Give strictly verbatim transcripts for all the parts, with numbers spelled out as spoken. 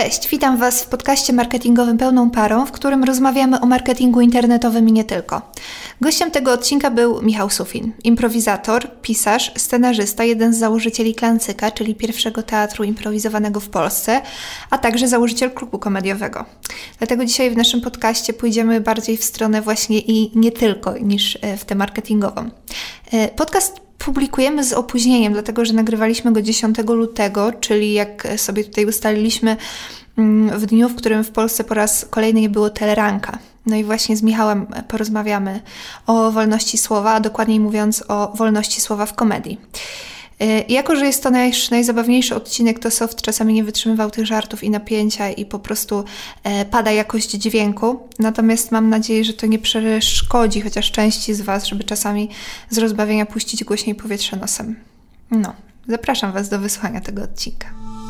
Cześć, witam Was w podcaście marketingowym Pełną Parą, w którym rozmawiamy o marketingu internetowym i nie tylko. Gościem tego odcinka był Michał Sufin, improwizator, pisarz, scenarzysta, jeden z założycieli Klancyka, czyli pierwszego teatru improwizowanego w Polsce, a także założyciel klubu komediowego. Dlatego dzisiaj w naszym podcaście pójdziemy bardziej w stronę właśnie i nie tylko niż w tę marketingową. Podcast publikujemy z opóźnieniem, dlatego że nagrywaliśmy go dziesiątego lutego, czyli jak sobie tutaj ustaliliśmy, w dniu, w którym w Polsce po raz kolejny nie było teleranka. No i właśnie z Michałem porozmawiamy o wolności słowa, a dokładniej mówiąc o wolności słowa w komedii. Jako że jest to nasz najzabawniejszy odcinek, to Soft czasami nie wytrzymywał tych żartów i napięcia i po prostu pada jakość dźwięku. Natomiast mam nadzieję, że to nie przeszkodzi chociaż części z Was, żeby czasami z rozbawienia puścić głośniej powietrze nosem. No, zapraszam Was do wysłuchania tego odcinka.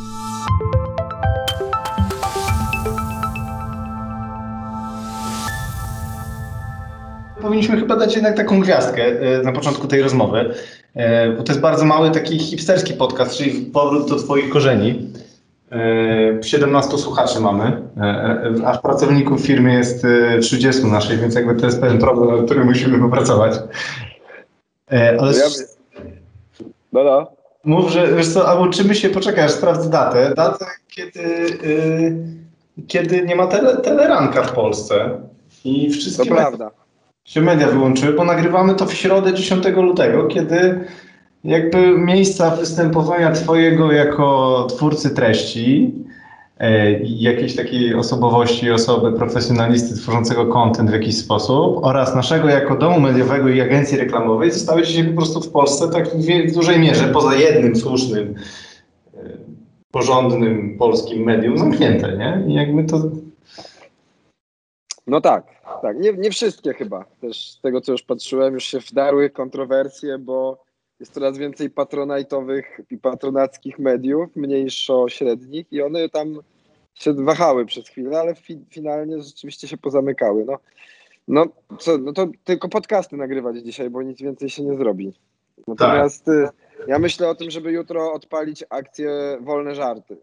Powinniśmy chyba dać jednak taką gwiazdkę na początku tej rozmowy, bo to jest bardzo mały taki hipsterski podcast, czyli powrót do Twoich korzeni. siedemnastu słuchaczy mamy, a pracowników w firmie jest trzydziestu naszej, więc jakby to jest pewien problem, nad którym musimy popracować. Ale ja... No, no. Mów, że wiesz co, albo uczymy się, poczekaj, aż sprawdzę datę, datę, kiedy, yy, kiedy nie ma tele, teleranka w Polsce i wszystkie... To prawda. się media wyłączyły, bo nagrywamy to w środę dziesiątego lutego, kiedy jakby miejsca występowania Twojego jako twórcy treści, e, jakiejś takiej osobowości, osoby, profesjonalisty tworzącego content w jakiś sposób oraz naszego jako domu mediowego i agencji reklamowej zostały dzisiaj po prostu w Polsce tak w, w dużej mierze, poza jednym słusznym, e, porządnym polskim medium zamknięte, nie? I jakby to... No tak, tak. Nie, nie wszystkie chyba. Też z tego, co już patrzyłem, już się wdarły kontrowersje, bo jest coraz więcej patronajtowych i patronackich mediów, mniejszo-średnich i one tam się wahały przez chwilę, ale fi- finalnie rzeczywiście się pozamykały. No, no, co, no to tylko podcasty nagrywać dzisiaj, bo nic więcej się nie zrobi. Natomiast tak. Ja myślę o tym, żeby jutro odpalić akcję Wolne Żarty.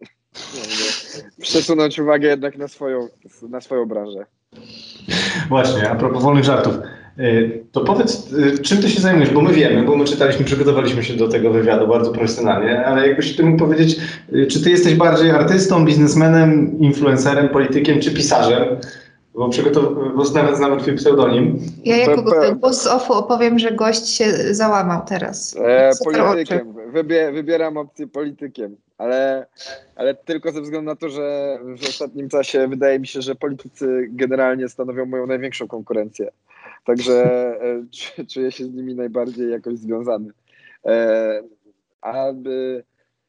Przesunąć uwagę jednak na swoją, na swoją branżę. Właśnie, a propos wolnych żartów, to powiedz, czym ty się zajmujesz, bo my wiemy, bo my czytaliśmy, przygotowaliśmy się do tego wywiadu bardzo profesjonalnie, ale jakbyś ty mógł powiedzieć, czy ty jesteś bardziej artystą, biznesmenem, influencerem, politykiem, czy pisarzem? Bo, przygotow- bo nawet znamy twój pseudonim. Ja jako głos z offu opowiem, że gość się załamał teraz. E, politykiem. Wybie- wybieram opcję politykiem, ale, ale tylko ze względu na to, że w ostatnim czasie wydaje mi się, że politycy generalnie stanowią moją największą konkurencję. Także e, czuję się z nimi najbardziej jakoś związany. E, aby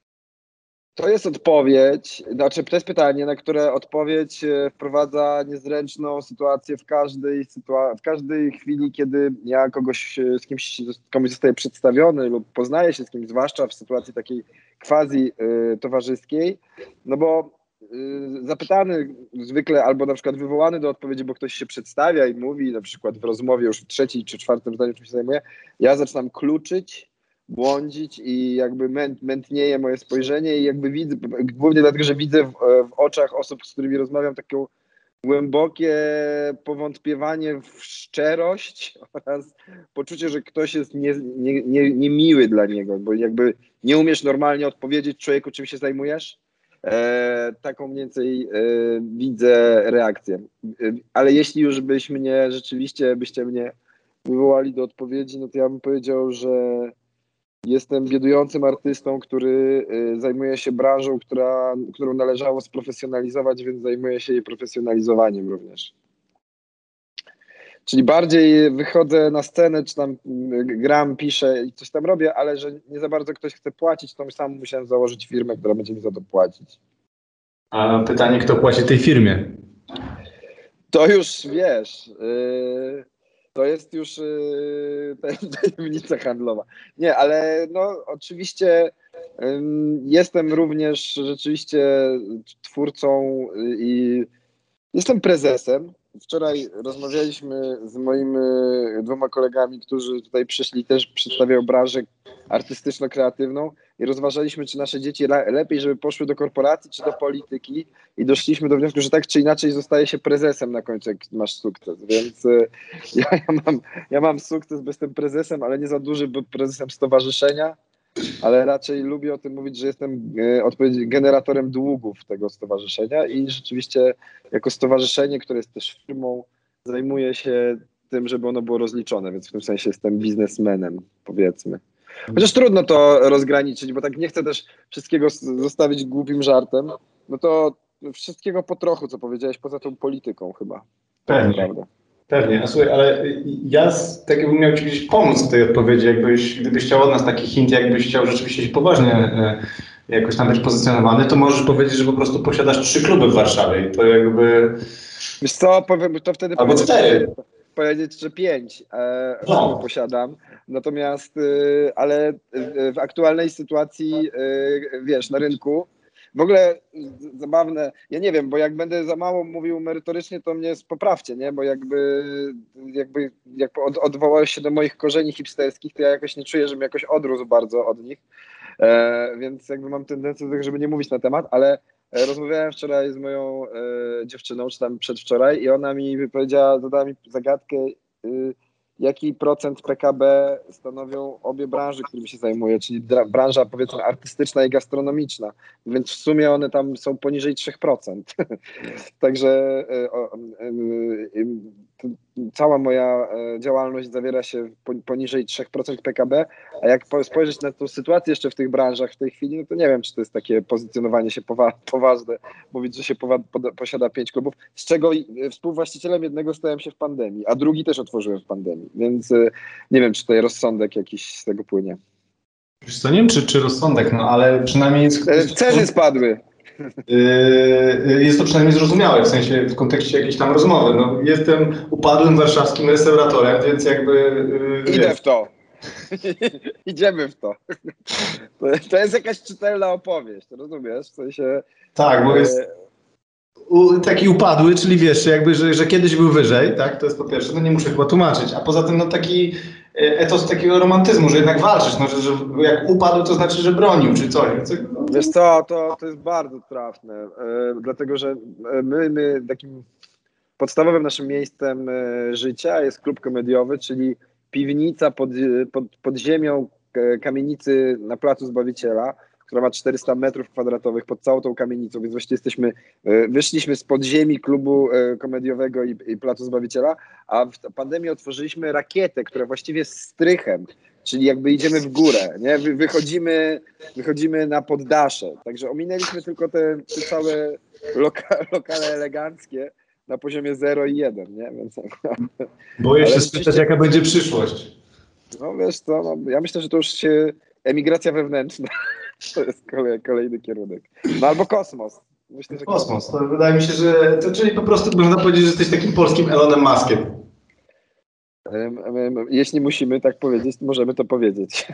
To jest odpowiedź, znaczy to jest pytanie, na które odpowiedź wprowadza niezręczną sytuację w każdej sytua- w każdej chwili, kiedy ja kogoś z kimś, komuś zostaję przedstawiony lub poznaję się z kimś, zwłaszcza w sytuacji takiej quasi y, towarzyskiej, no bo y, zapytany zwykle albo na przykład wywołany do odpowiedzi, bo ktoś się przedstawia i mówi na przykład w rozmowie już w trzecim czy czwartym zdaniu, czym się zajmuje, ja zaczynam kluczyć, błądzić i jakby mę, mętnieje moje spojrzenie i jakby widzę, głównie dlatego, że widzę w, w oczach osób, z którymi rozmawiam, takie głębokie powątpiewanie w szczerość oraz poczucie, że ktoś jest nie, nie, nie, niemiły dla niego, bo jakby nie umiesz normalnie odpowiedzieć człowieku, czym się zajmujesz. E, taką mniej więcej e, widzę reakcję. E, ale jeśli już byś mnie rzeczywiście, byście mnie wywołali do odpowiedzi, no to ja bym powiedział, że jestem biedującym artystą, który zajmuje się branżą, która, którą należało sprofesjonalizować, więc zajmuję się jej profesjonalizowaniem również. Czyli bardziej wychodzę na scenę, czy tam gram, piszę i coś tam robię, ale że nie za bardzo ktoś chce płacić, to sam musiałem założyć firmę, która będzie mi za to płacić. A pytanie, kto płaci tej firmie? To już wiesz... Yy... To jest już yy, tajemnica handlowa. Nie, ale no oczywiście yy, jestem również rzeczywiście twórcą i jestem prezesem wczoraj rozmawialiśmy z moimi dwoma kolegami, którzy tutaj przyszli, też przedstawiają branżę artystyczno-kreatywną i rozważaliśmy, czy nasze dzieci le- lepiej, żeby poszły do korporacji, czy do polityki i doszliśmy do wniosku, że tak czy inaczej zostaje się prezesem na końcu, jak masz sukces, więc y, ja, ja, mam, ja mam sukces, bo jestem prezesem, ale nie za duży, bo prezesem stowarzyszenia, ale raczej lubię o tym mówić, że jestem e, odpowiedzi- generatorem długów tego stowarzyszenia i rzeczywiście jako stowarzyszenie, które jest też firmą, zajmuję się tym, żeby ono było rozliczone, więc w tym sensie jestem biznesmenem, powiedzmy. Chociaż trudno to rozgraniczyć, bo tak nie chcę też wszystkiego s- zostawić głupim żartem, no to wszystkiego po trochu, co powiedziałeś, poza tą polityką chyba. Pewnie. Prawda. Pewnie, a słuchaj, ale ja z- tak jakbym miał Ci gdzieś pomóc w tej odpowiedzi, jakbyś, gdybyś chciał od nas taki hint, jakbyś chciał rzeczywiście się poważnie e, jakoś tam być pozycjonowany, to możesz powiedzieć, że po prostu posiadasz trzy kluby w Warszawie i to jakby... Wiesz co, powiem, to wtedy Albo powiedzieć, cztery. że, powiedzieć, że pięć e, No. kluby posiadam. Natomiast, y, ale y, w aktualnej sytuacji, y, wiesz, na rynku, w ogóle z- zabawne, ja nie wiem, bo jak będę za mało mówił merytorycznie, to mnie poprawcie, nie? Bo jakby, jakby jak od, odwołałeś się do moich korzeni hipsterskich, to ja jakoś nie czuję, żebym jakoś odrósł bardzo od nich. E, więc jakby mam tendencję do tego, żeby nie mówić na temat, ale e, rozmawiałem wczoraj z moją e, dziewczyną, czy tam przedwczoraj i ona mi powiedziała, zadała mi zagadkę, y, jaki procent P K B stanowią obie branże, którymi się zajmuję, czyli dra- branża powiedzmy artystyczna i gastronomiczna, więc w sumie one tam są poniżej trzy procent. Także e, o, e, e, to cała moja e, działalność zawiera się po- poniżej trzy procent P K B, a jak po- spojrzeć na tą sytuację jeszcze w tych branżach w tej chwili, no to nie wiem, czy to jest takie pozycjonowanie się powa- poważne, mówić, że się powa- poda- posiada pięć klubów, z czego i- współwłaścicielem jednego stałem się w pandemii, a drugi też otworzyłem w pandemii, więc e, nie wiem, czy tutaj rozsądek jakiś z tego płynie. Wiesz co, nie wiem, czy, czy rozsądek, no ale przynajmniej jest, E, Ceny spadły. yy, jest to przynajmniej zrozumiałe, w sensie w kontekście jakiejś tam rozmowy. No, jestem upadłym warszawskim restauratorem, więc jakby... Yy, Idę wiesz, w to. Idziemy w to. to. To jest jakaś czytelna opowieść, rozumiesz? W sensie... tak, bo e, jest u, taki upadły, czyli wiesz, jakby, że, że kiedyś był wyżej, tak, to jest po pierwsze, no nie muszę chyba tłumaczyć, a poza tym no taki e, etos takiego romantyzmu, że jednak walczysz, no, że, że jak upadł, to znaczy, że bronił, czy coś. Co- No, Wiesz co, to, to jest bardzo trafne, e, dlatego że my, my takim podstawowym naszym miejscem e, życia jest klub komediowy, czyli piwnica pod, pod, pod ziemią e, kamienicy na Placu Zbawiciela, która ma czterysta metrów kwadratowych pod całą tą kamienicą, więc właściwie jesteśmy, e, wyszliśmy z podziemi klubu e, komediowego i, i Placu Zbawiciela, a w pandemii otworzyliśmy rakietę, która właściwie jest strychem, czyli jakby idziemy w górę, nie? Wy, wychodzimy, wychodzimy na poddasze, także ominęliśmy tylko te, te całe loka, lokale eleganckie na poziomie zero i jeden, nie? Więc, boję się ale spytać, rzeczywiście- jaka będzie przyszłość. no wiesz co, no, ja myślę, że to już się emigracja wewnętrzna to jest kolej, kolejny kierunek. No albo kosmos. Myślę, że Kosmos, to wydaje mi się, że to czyli po prostu można powiedzieć, że jesteś takim polskim Elonem Muskiem. Em, em, Jeśli musimy tak powiedzieć, to możemy to powiedzieć.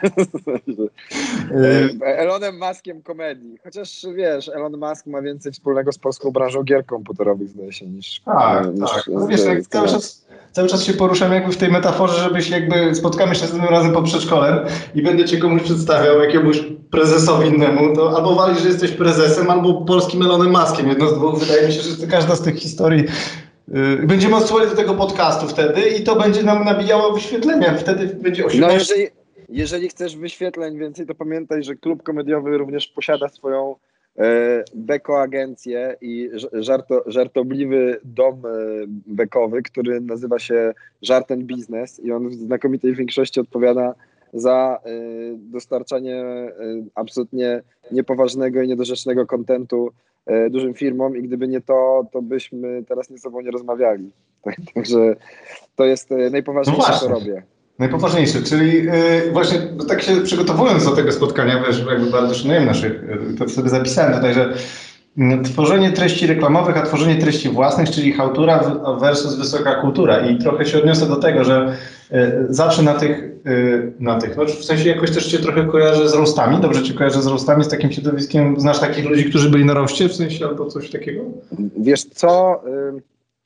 Yy, Elonem Muskiem komedii. Chociaż wiesz, Elon Musk ma więcej wspólnego z polską branżą gier komputerowych, zdaje się, niż. Tak, niż tak. No z- wiesz, z- jak cały czas, cały czas się poruszam jakby w tej metaforze, żebyś jakby spotkamy się następnym razem pod przedszkolem i będę cię komuś przedstawiał, jakiemuś prezesowi innemu, to albo walisz, że jesteś prezesem, albo polskim Elonem Muskiem. Jedno z dwóch. Wydaje mi się, że każda z tych historii yy, będziemy odsyłali do tego podcastu wtedy i to będzie nam nabijało wyświetlenia. Wtedy będzie No osiemnaście. jeżeli, jeżeli chcesz wyświetleń więcej, to pamiętaj, że klub komediowy również posiada swoją e, beko agencję i ż- żarto, żartobliwy dom e, bekowy, który nazywa się Żart and Biznes i on w znakomitej większości odpowiada za e, dostarczanie e, absolutnie niepoważnego i niedorzecznego kontentu e, dużym firmom i gdyby nie to, to byśmy teraz ze sobą nie rozmawiali. Tak, także to jest e, najpoważniejsze, No co właśnie. robię. Najpoważniejsze, czyli yy, właśnie tak się przygotowując do tego spotkania, wiesz, jakby bardzo szanujemy naszych, yy, to sobie zapisałem tutaj, że yy, tworzenie treści reklamowych, a tworzenie treści własnych, czyli chałtura w- versus wysoka kultura i trochę się odniosę do tego, że yy, zawsze na tych, yy, na tych, no w sensie jakoś też cię trochę kojarzę z roastami, dobrze cię kojarzę z roastami, z takim środowiskiem, znasz takich ludzi, którzy byli na roście w sensie albo coś takiego? Wiesz co,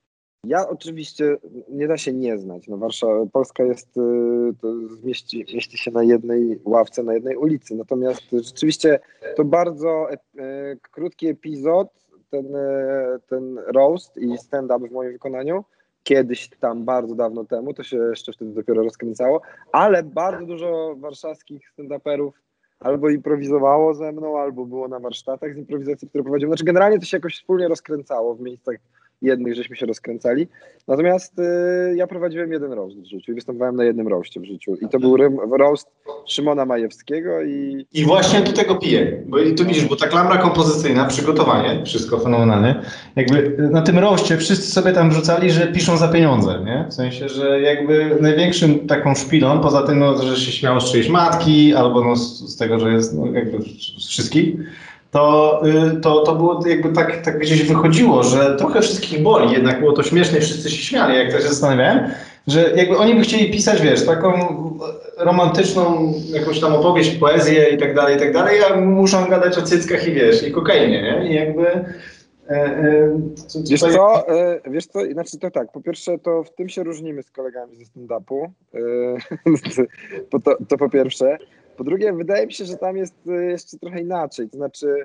Ja oczywiście nie da się nie znać. No Warszawa, Polska jest, to mieści, mieści się na jednej ławce, na jednej ulicy. Natomiast rzeczywiście to bardzo e, krótki epizod, ten, e, ten roast i stand-up w moim wykonaniu, kiedyś tam bardzo dawno temu, to się jeszcze wtedy dopiero rozkręcało, ale bardzo dużo warszawskich stand-uperów albo improwizowało ze mną, albo było na warsztatach z improwizacji, które prowadziłem. Znaczy generalnie to się jakoś wspólnie rozkręcało w miejscach jednych, żeśmy się rozkręcali. Natomiast y, ja prowadziłem jeden roast w życiu i występowałem na jednym roastie w życiu. I to był roast Szymona Majewskiego i... I właśnie do tego piję, bo i tu widzisz, bo ta klamra kompozycyjna, przygotowanie, wszystko fenomenalne, jakby na tym roście wszyscy sobie tam wrzucali, że piszą za pieniądze, nie? W sensie, że jakby największym taką szpilą, poza tym, no, że się śmiało z czyjejś matki, albo no, z, z tego, że jest no, jakby z wszystkich, to, y, to, to było jakby tak, tak gdzieś wychodziło, że trochę wszystkich boli, jednak było to śmieszne i wszyscy się śmiali, jak tak się zastanawiałem, że jakby oni by chcieli pisać, wiesz, taką romantyczną jakąś tam opowieść, poezję i tak dalej, i tak dalej, a muszą gadać o cyckach i wiesz, i kokainie, nie? I jakby... E, e, to, wiesz to co, e, wiesz co, znaczy to tak, po pierwsze to w tym się różnimy z kolegami ze stand-upu, e, to, to po pierwsze. Po drugie, wydaje mi się, że tam jest jeszcze trochę inaczej, to znaczy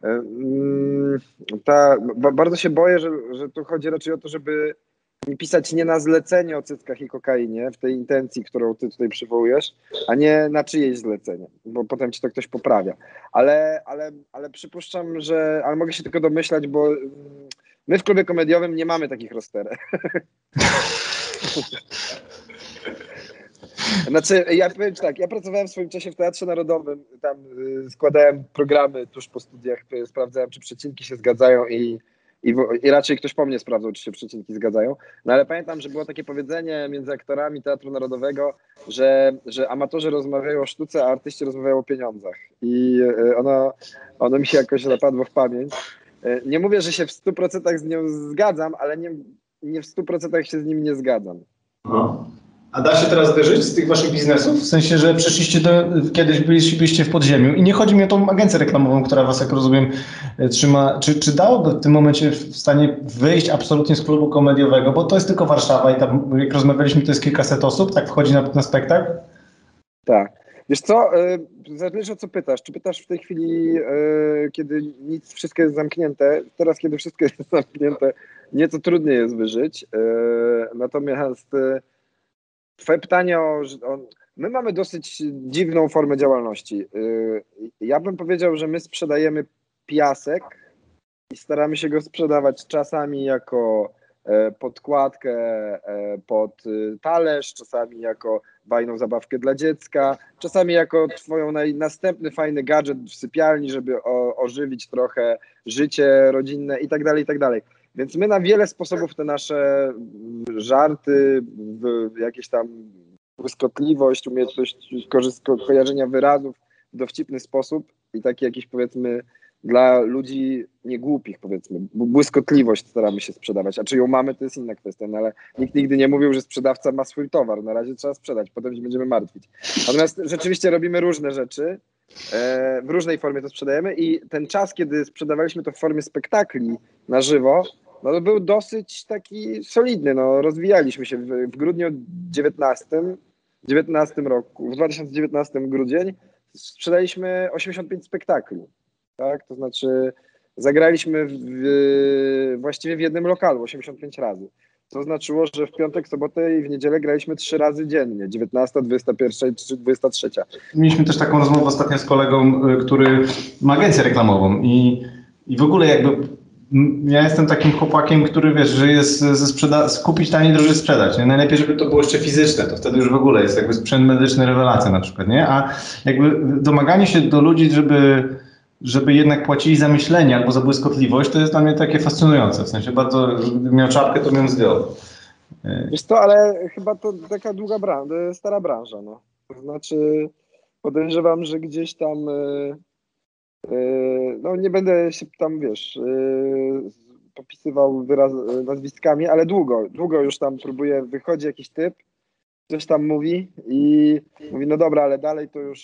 ta, bardzo się boję, że, że tu chodzi raczej o to, żeby pisać nie na zlecenie o cyckach i kokainie, w tej intencji, którą ty tutaj przywołujesz, a nie na czyjeś zlecenie, bo potem ci to ktoś poprawia. Ale, ale, ale przypuszczam, że, ale mogę się tylko domyślać, bo my w klubie komediowym nie mamy takich rosterek. Znaczy, ja powiem tak, ja pracowałem w swoim czasie w Teatrze Narodowym, tam y, składałem programy tuż po studiach, sprawdzałem, czy przecinki się zgadzają i, i, i raczej ktoś po mnie sprawdzał, czy się przecinki zgadzają. No ale pamiętam, że było takie powiedzenie między aktorami Teatru Narodowego, że, że amatorzy rozmawiają o sztuce, a artyści rozmawiają o pieniądzach. I y, ono, ono mi się jakoś zapadło w pamięć. Y, nie mówię, że się w stu procentach z nią zgadzam, ale nie, nie w stu procentach się z nim nie zgadzam. No. A da się teraz wyżyć z tych waszych biznesów? W sensie, że przeszliście do, kiedyś byliście w podziemiu i nie chodzi mi o tą agencję reklamową, która was, jak rozumiem, trzyma. Czy, czy dałoby w tym momencie w stanie wyjść absolutnie z klubu komediowego, bo to jest tylko Warszawa i tam, jak rozmawialiśmy, to jest kilkaset osób, tak wchodzi na, na spektakl? Tak. Wiesz co, zależy o co pytasz. Czy pytasz w tej chwili, kiedy nic, wszystko jest zamknięte? Teraz, kiedy wszystko jest zamknięte, nieco trudniej jest wyżyć. Natomiast twoje pytanie o, o... My mamy dosyć dziwną formę działalności. Ja bym powiedział, że my sprzedajemy piasek i staramy się go sprzedawać czasami jako podkładkę pod talerz, czasami jako fajną zabawkę dla dziecka, czasami jako twoją naj, następny fajny gadżet w sypialni, żeby o, ożywić trochę życie rodzinne i tak dalej, i tak dalej. Więc my na wiele sposobów te nasze żarty, jakieś tam błyskotliwość, umiejętność ko- kojarzenia wyrazów w dowcipny sposób i taki jakiś, powiedzmy, dla ludzi niegłupich, powiedzmy, błyskotliwość staramy się sprzedawać, a czy ją mamy, to jest inna kwestia, no ale nikt nigdy nie mówił, że sprzedawca ma swój towar, na razie trzeba sprzedać, potem się będziemy martwić. Natomiast rzeczywiście robimy różne rzeczy, e, w różnej formie to sprzedajemy i ten czas, kiedy sprzedawaliśmy to w formie spektakli na żywo, no to był dosyć taki solidny, no rozwijaliśmy się w, w grudniu dziewiętnastym, dziewiętnastym roku, w dwa tysiące dziewiętnastym grudzień sprzedaliśmy osiemdziesiąt pięć spektakli. Tak, to znaczy zagraliśmy w, właściwie w jednym lokalu osiemdziesiąt pięć razy. To znaczyło, że w piątek, sobotę i w niedzielę graliśmy trzy razy dziennie, dziewiętnasta, dwudziesta pierwsza i dwudziesta trzecia. Mieliśmy też taką rozmowę ostatnio z kolegą, który ma agencję reklamową i, i w ogóle jakby ja jestem takim chłopakiem, który wiesz, że jest ze sprzeda- skupić taniej, drożej sprzedać. Nie? Najlepiej, żeby to było jeszcze fizyczne, to wtedy już w ogóle jest jakby sprzęt medyczny rewelacja na przykład, nie? A jakby domaganie się do ludzi, żeby żeby jednak płacili za myślenie albo za błyskotliwość, to jest dla mnie takie fascynujące. W sensie bardzo, gdybym miał czapkę, to bym ją zdjął. Wiesz co, ale chyba to taka długa branża, stara branża, no. To znaczy podejrzewam, że gdzieś tam yy, yy, no nie będę się tam, wiesz, yy, popisywał wyraz, nazwiskami, ale długo, długo już tam próbuje, wychodzi jakiś typ, coś tam mówi i mówi, no dobra, ale dalej to już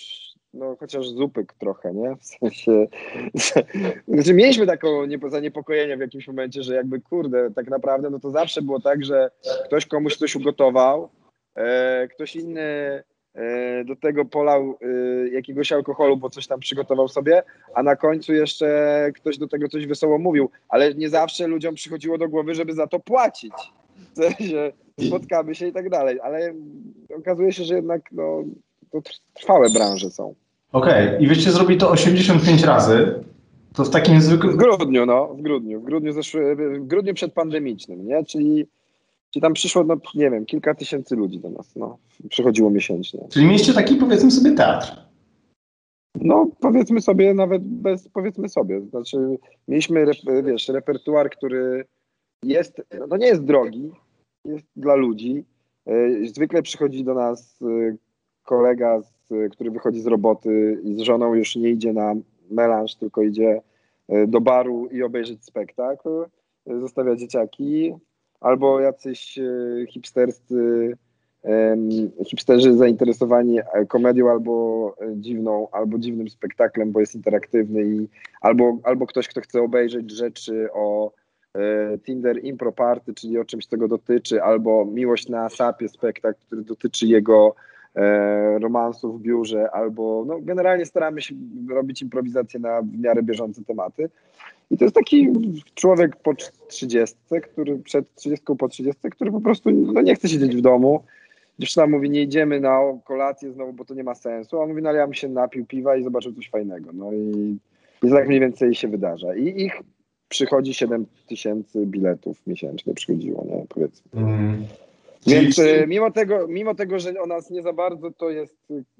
no chociaż zupy trochę, nie? W sensie, znaczy mieliśmy takie zaniepokojenie w jakimś momencie, że jakby kurde, tak naprawdę no to zawsze było tak, że ktoś komuś coś ugotował, e, ktoś inny e, do tego polał e, jakiegoś alkoholu, bo coś tam przygotował sobie, a na końcu jeszcze ktoś do tego coś wesoło mówił, ale nie zawsze ludziom przychodziło do głowy, żeby za to płacić. W sensie, spotkamy się i tak dalej, ale okazuje się, że jednak no, to trwałe branże są. Okej, okay. I wyście zrobili to osiemdziesiąt pięć razy, to w takim zwykłym... W grudniu, no, w grudniu, w grudniu zeszły, w grudniu przedpandemicznym, nie, czyli, czyli tam przyszło, no, nie wiem, kilka tysięcy ludzi do nas, no, przychodziło miesięcznie. Czyli mieliście taki, powiedzmy sobie, teatr. No, powiedzmy sobie, nawet bez, powiedzmy sobie, znaczy mieliśmy, wiesz, repertuar, który jest, no nie jest drogi, jest dla ludzi. Zwykle przychodzi do nas kolega, który wychodzi z roboty i z żoną już nie idzie na melanż, tylko idzie do baru i obejrzeć spektakl, zostawia dzieciaki, albo jacyś hipsterscy, hipsterzy zainteresowani komedią albo dziwną, albo dziwnym spektaklem, bo jest interaktywny, i albo, albo ktoś, kto chce obejrzeć rzeczy o Tinder Impro Party, czyli o czymś, co go dotyczy, albo Miłość na sapie, spektakl, który dotyczy jego e, romansu w biurze, albo no, generalnie staramy się robić improwizację na w miarę bieżące tematy. I to jest taki człowiek po trzydziestce, który przed trzydziestką, po trzydziestce, który po prostu no, nie chce siedzieć w domu. Dziewczyna mówi, nie idziemy na kolację znowu, bo to nie ma sensu. A on mówi, no ale ja bym się napił piwa i zobaczył coś fajnego. No i, i tak mniej więcej się wydarza. I ich przychodzi siedem tysięcy biletów miesięcznie, przychodziło, nie? Powiedzmy. Mm. Więc Czyli... mimo tego, mimo tego, że o nas nie za bardzo to jest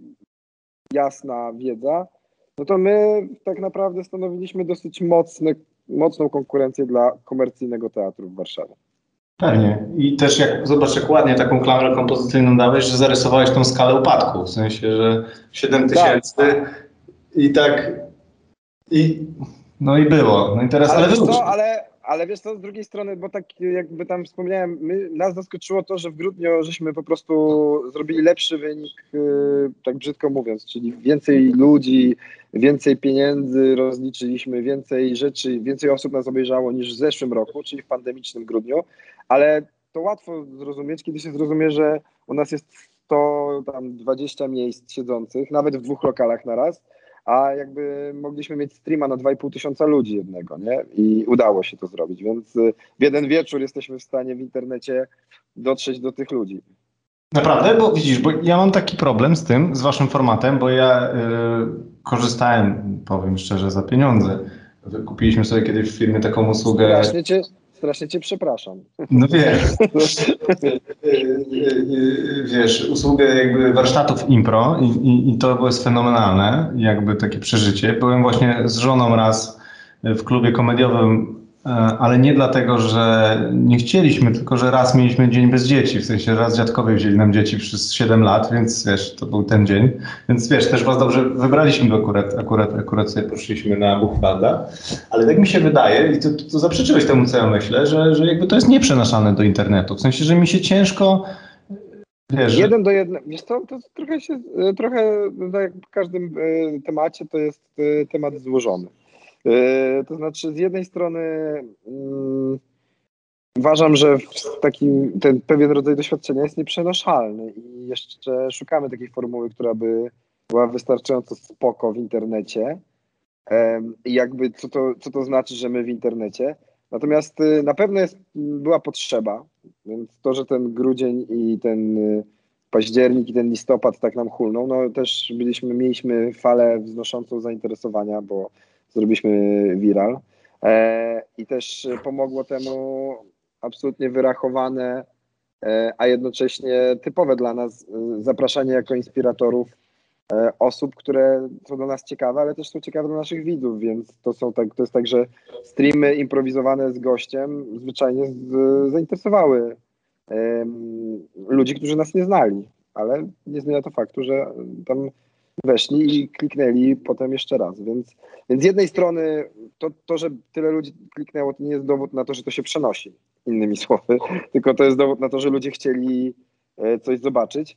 jasna wiedza, no to my tak naprawdę stanowiliśmy dosyć mocny, mocną konkurencję dla komercyjnego teatru w Warszawie. Pewnie. I też jak zobacz, jak ładnie taką klamrę kompozycyjną dałeś, że zarysowałeś tą skalę upadku. W sensie, że siedem tysięcy tak. i tak i no i było. No i teraz, ale, ale wiesz co, ale, ale wiesz co, z drugiej strony, bo tak jakby tam wspomniałem, my, nas zaskoczyło to, że w grudniu żeśmy po prostu zrobili lepszy wynik, yy, tak brzydko mówiąc, czyli więcej ludzi, więcej pieniędzy rozliczyliśmy, więcej rzeczy, więcej osób nas obejrzało niż w zeszłym roku, czyli w pandemicznym grudniu, ale to łatwo zrozumieć, kiedy się zrozumie, że u nas jest sto dwadzieścia miejsc siedzących, nawet w dwóch lokalach na raz, a jakby mogliśmy mieć streama na dwa i pół tysiąca ludzi jednego, nie? I udało się to zrobić, więc w jeden wieczór jesteśmy w stanie w internecie dotrzeć do tych ludzi. Naprawdę? Bo widzisz, bo ja mam taki problem z tym, z waszym formatem, bo ja yy, korzystałem, powiem szczerze, za pieniądze. Kupiliśmy sobie kiedyś w firmie taką usługę... Strasznie cię, strasznie cię przepraszam. No wiesz, wiesz, usługę jakby warsztatów impro i, i, i to było fenomenalne, jakby takie przeżycie. Byłem właśnie z żoną raz w klubie komediowym, ale nie dlatego, że nie chcieliśmy, tylko że raz mieliśmy dzień bez dzieci, w sensie raz dziadkowie wzięli nam dzieci przez siedem lat, więc wiesz, to był ten dzień. Więc wiesz, też was dobrze wybraliśmy, bo akurat, akurat, akurat sobie poszliśmy na Buchwalda, ale tak mi się wydaje, i to, to zaprzeczyłeś temu, co ja myślę, że, że jakby to jest nieprzenaszane do internetu, w sensie, że mi się ciężko... Wiesz, Jeden do jednego. Wiesz co, to trochę się, trochę no jak w każdym temacie to jest temat złożony. Yy, to znaczy, z jednej strony yy, uważam, że takim, ten pewien rodzaj doświadczenia jest nieprzenoszalny i jeszcze szukamy takiej formuły, która by była wystarczająco spoko w internecie. Yy, I jakby co to, co to znaczy, że my w internecie. Natomiast yy, na pewno jest, była potrzeba, więc to, że ten grudzień i ten yy, październik i ten listopad tak nam hulną, no też byliśmy, mieliśmy falę wznoszącą zainteresowania, bo zrobiliśmy viral e, i też pomogło temu absolutnie wyrachowane, e, a jednocześnie typowe dla nas e, zapraszanie jako inspiratorów e, osób, które są do nas ciekawe, ale też są ciekawe dla naszych widzów, więc to są tak, to jest tak, że streamy improwizowane z gościem zwyczajnie z, zainteresowały e, ludzi, którzy nas nie znali, ale nie zmienia to faktu, że tam weszli i kliknęli potem jeszcze raz, więc, więc z jednej strony to, to, że tyle ludzi kliknęło, to nie jest dowód na to, że to się przenosi, innymi słowy, tylko to jest dowód na to, że ludzie chcieli coś zobaczyć,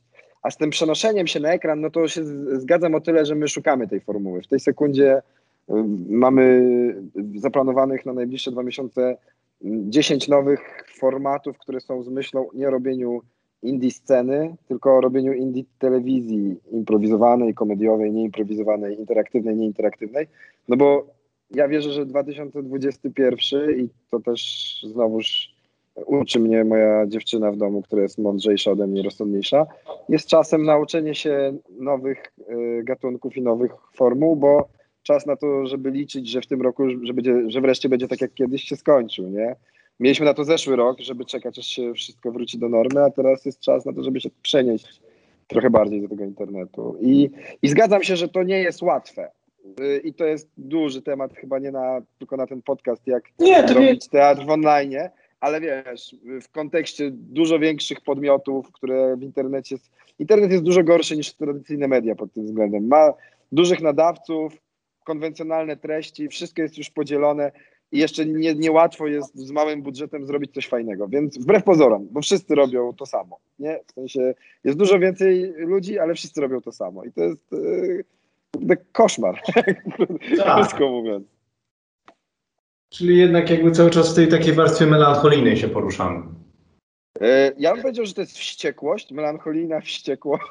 A z tym przenoszeniem się na ekran, no to się zgadzam o tyle, że my szukamy tej formuły. W tej sekundzie mamy zaplanowanych na najbliższe dwa miesiące dziesięć nowych formatów, które są z myślą nie o robieniu indie sceny, tylko o robieniu indie telewizji improwizowanej, komediowej, nieimprowizowanej, interaktywnej, nieinteraktywnej. No bo ja wierzę, że dwa tysiące dwudziesty pierwszy i to też znowuż uczy mnie moja dziewczyna w domu, która jest mądrzejsza ode mnie, rozsądniejsza, jest czasem nauczenia się nowych y, gatunków i nowych formuł, bo czas na to, żeby liczyć, że w tym roku, że, będzie, że wreszcie będzie tak jak kiedyś się skończył, nie? Mieliśmy na to zeszły rok, żeby czekać, aż się wszystko wróci do normy, a teraz jest czas na to, żeby się przenieść trochę bardziej do tego internetu. I, i zgadzam się, że to nie jest łatwe. Y, I to jest duży temat, chyba nie na, tylko na ten podcast, jak Nie, to robić nie... teatr w online, ale wiesz, w kontekście dużo większych podmiotów, które w internecie... Internet jest dużo gorszy niż tradycyjne media pod tym względem. Ma dużych nadawców, konwencjonalne treści, wszystko jest już podzielone i jeszcze nie, niełatwo jest z małym budżetem zrobić coś fajnego, więc wbrew pozorom, bo wszyscy robią to samo, nie? W sensie jest dużo więcej ludzi, ale wszyscy robią to samo i to jest yy, koszmar, Tak. krótko mówiąc. Czyli jednak jakby cały czas w tej takiej warstwie melancholijnej się poruszamy. Ja bym powiedział, że to jest wściekłość, melancholijna wściekłość,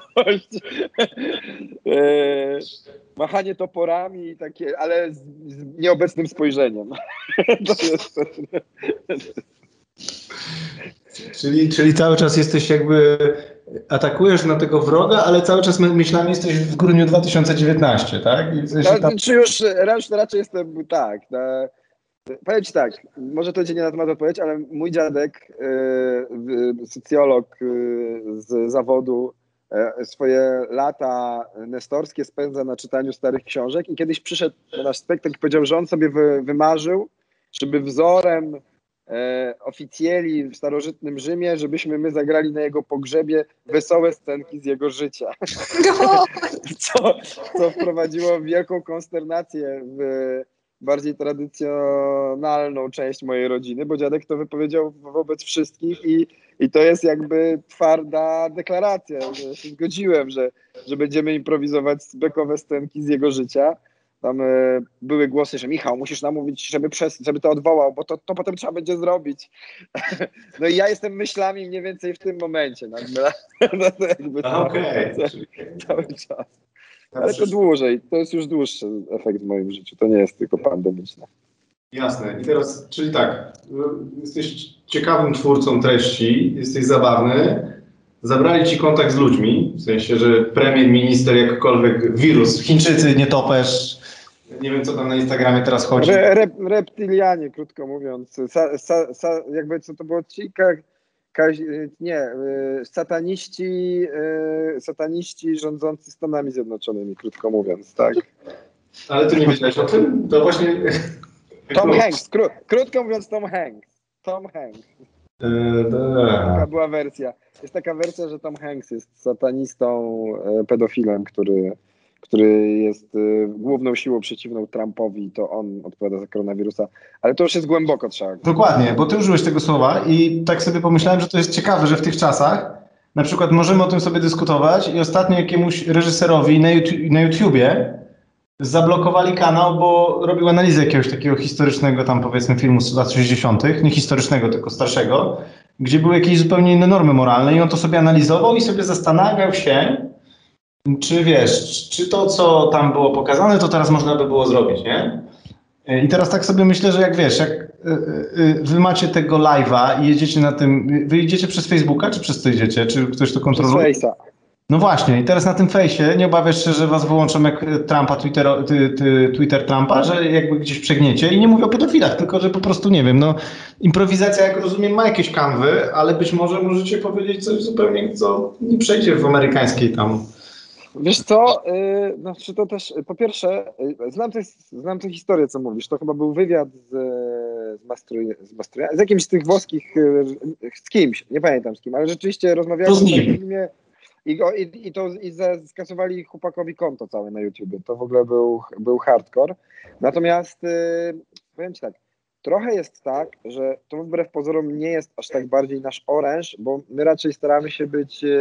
machanie toporami i takie, ale z, z nieobecnym spojrzeniem. To jest... Czyli, czyli cały czas jesteś jakby, atakujesz na tego wroga, ale cały czas myślami jesteś w grudniu dwa tysiące dziewiętnastym, tak? I w sensie tam... Czy już, już raczej jestem, tak, na, powiem ci tak, może to będzie nie na temat odpowiedź, ale mój dziadek, yy, socjolog yy, z zawodu, yy, swoje lata nestorskie spędza na czytaniu starych książek i kiedyś przyszedł na nasz spektakl i powiedział, że on sobie wy, wymarzył, żeby wzorem yy, oficjeli w starożytnym Rzymie, żebyśmy my zagrali na jego pogrzebie wesołe scenki z jego życia. co, co wprowadziło wielką konsternację w bardziej tradycjonalną część mojej rodziny, bo dziadek to wypowiedział wobec wszystkich i, i to jest jakby twarda deklaracja, że się zgodziłem, że, że będziemy improwizować bekowe scenki z jego życia. Tam e, były głosy, że Michał, musisz namówić, żeby, przez, żeby to odwołał, bo to, to potem trzeba będzie zrobić. No i ja jestem myślami mniej więcej w tym momencie. No, no to jakby cały, Okay. cały, cały czas. Ale to dłużej, to jest już dłuższy efekt w moim życiu, to nie jest tylko pandemiczne. Jasne. I teraz, czyli tak, jesteś ciekawym twórcą treści, jesteś zabawny, zabrali ci kontakt z ludźmi, w sensie, że premier, minister, jakkolwiek wirus, Chińczycy, nietoperz, nie wiem co tam na Instagramie teraz chodzi. Re, re, reptilianie, krótko mówiąc, sa, sa, sa, jakby co to było, ci, ka, ka, nie, sataniści, sataniści rządzący Stanami Zjednoczonymi, krótko mówiąc, tak. Ale ty nie wiedziałeś o tym? To właśnie... Tom Hanks, kró, krótko mówiąc Tom Hanks, Tom Hanks. Taka była wersja. Jest taka wersja, że Tom Hanks jest satanistą, pedofilem, który, który jest główną siłą przeciwną Trumpowi, to on odpowiada za koronawirusa, ale to już jest głęboko trzeba. Dokładnie, bo ty użyłeś tego słowa i tak sobie pomyślałem, że to jest ciekawe, że w tych czasach na przykład możemy o tym sobie dyskutować i ostatnio jakiemuś reżyserowi na, YouTube, na YouTubie zablokowali kanał, bo robił analizę jakiegoś takiego historycznego tam powiedzmy filmu z lat sześćdziesiątych, nie historycznego, tylko starszego, gdzie były jakieś zupełnie inne normy moralne i on to sobie analizował i sobie zastanawiał się, czy wiesz, czy to, co tam było pokazane, to teraz można by było zrobić, nie? I teraz tak sobie myślę, że jak wiesz, jak wy macie tego live'a i jedziecie na tym, wy idziecie przez Facebooka, czy przez co idziecie? Czy ktoś to kontroluje? Przez Face'a. No właśnie, i teraz na tym fejsie nie obawiasz się, że was wyłączą jak Trumpa, Twitter, ty, ty, Twitter Trumpa, że jakby gdzieś przegniecie i nie mówię o pedofilach, tylko że po prostu nie wiem, no improwizacja, jak rozumiem, ma jakieś kanwy, ale być może możecie powiedzieć coś zupełnie, co nie przejdzie w amerykańskiej tam. Wiesz co, yy, znaczy to też, po pierwsze, yy, znam, te, znam tę historię, co mówisz, to chyba był wywiad z, z, Mastruj, z, Mastruj, z jakimś z tych włoskich, yy, z kimś, nie pamiętam z kim, ale rzeczywiście rozmawiałem o tym filmie i, go, i, i to i za, skasowali chłopakowi konto całe na YouTubie, to w ogóle był, był hardcore. Natomiast yy, powiem ci tak, trochę jest tak, że to wbrew pozorom nie jest aż tak bardziej nasz oręż, bo my raczej staramy się być... Yy,